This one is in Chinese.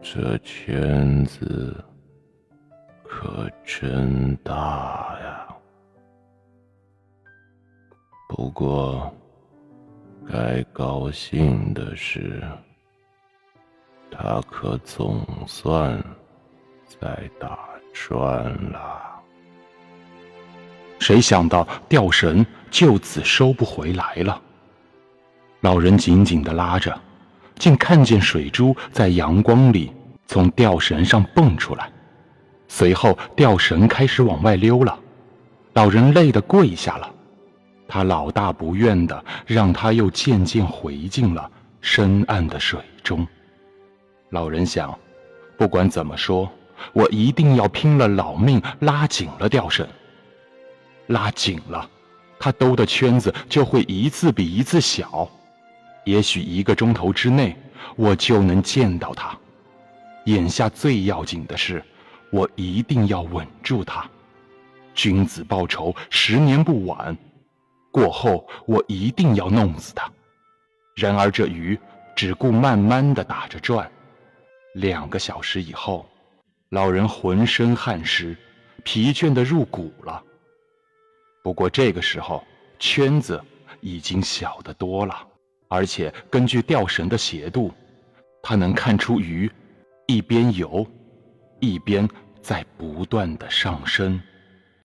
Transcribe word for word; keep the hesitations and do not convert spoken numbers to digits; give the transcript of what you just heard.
这圈子可真大呀！不过，该高兴的是，他可总算在打转了。 谁想到吊绳就此收不回来了。老人紧紧地拉着，竟看见水珠在阳光里从吊绳上蹦出来，随后吊绳开始往外溜了。老人累得跪下了，他老大不愿的让他又渐渐回进了深暗的水中。老人想，不管怎么说，我一定要拼了老命拉紧了吊绳。拉紧了，他兜的圈子就会一次比一次小，也许一个钟头之内我就能见到他。眼下最要紧的是，我一定要稳住他。君子报仇，十年不晚，过后我一定要弄死他。然而这鱼只顾慢慢地打着转。两个小时以后，老人浑身汗湿，疲倦得入骨了。不过这个时候，圈子已经小得多了，而且根据吊绳的斜度，他能看出鱼一边游，一边在不断地上升。